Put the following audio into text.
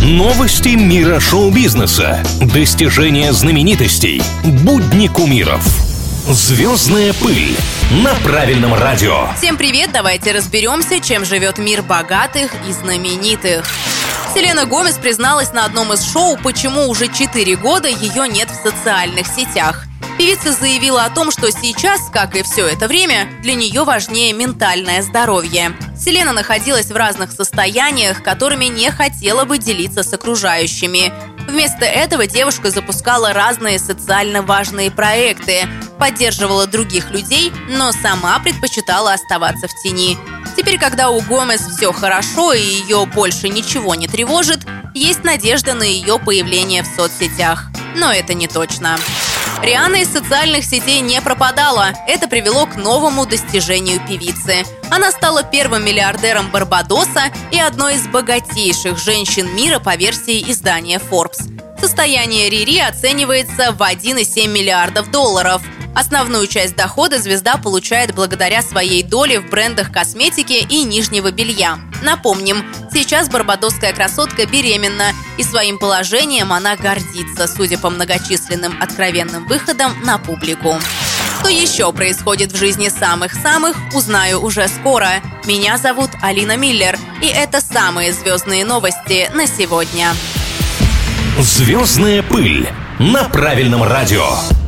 Новости мира шоу-бизнеса, достижения знаменитостей, будни кумиров. «Звездная пыль» на правильном радио. Всем привет, давайте разберемся, чем живет мир богатых и знаменитых. Селена Гомес призналась на одном из шоу, почему уже 4 года ее нет в социальных сетях. Певица заявила о том, что сейчас, как и все это время, для нее важнее ментальное здоровье. Селена находилась в разных состояниях, которыми не хотела бы делиться с окружающими. Вместо этого девушка запускала разные социально важные проекты, поддерживала других людей, но сама предпочитала оставаться в тени. Теперь, когда у Гомес все хорошо и ее больше ничего не тревожит, есть надежда на ее появление в соцсетях. Но это не точно. Рианна из социальных сетей не пропадала. Это привело к новому достижению певицы. Она стала первым миллиардером Барбадоса и одной из богатейших женщин мира по версии издания Forbes. Состояние Рири оценивается в 1,7 миллиардов долларов. Основную часть дохода звезда получает благодаря своей доле в брендах косметики и нижнего белья. Напомним, сейчас барбадосская красотка беременна, и своим положением она гордится, судя по многочисленным откровенным выходам на публику. Что еще происходит в жизни самых-самых, узнаю уже скоро. Меня зовут Алина Миллер, и это самые звездные новости на сегодня. «Звездная пыль» на правильном радио.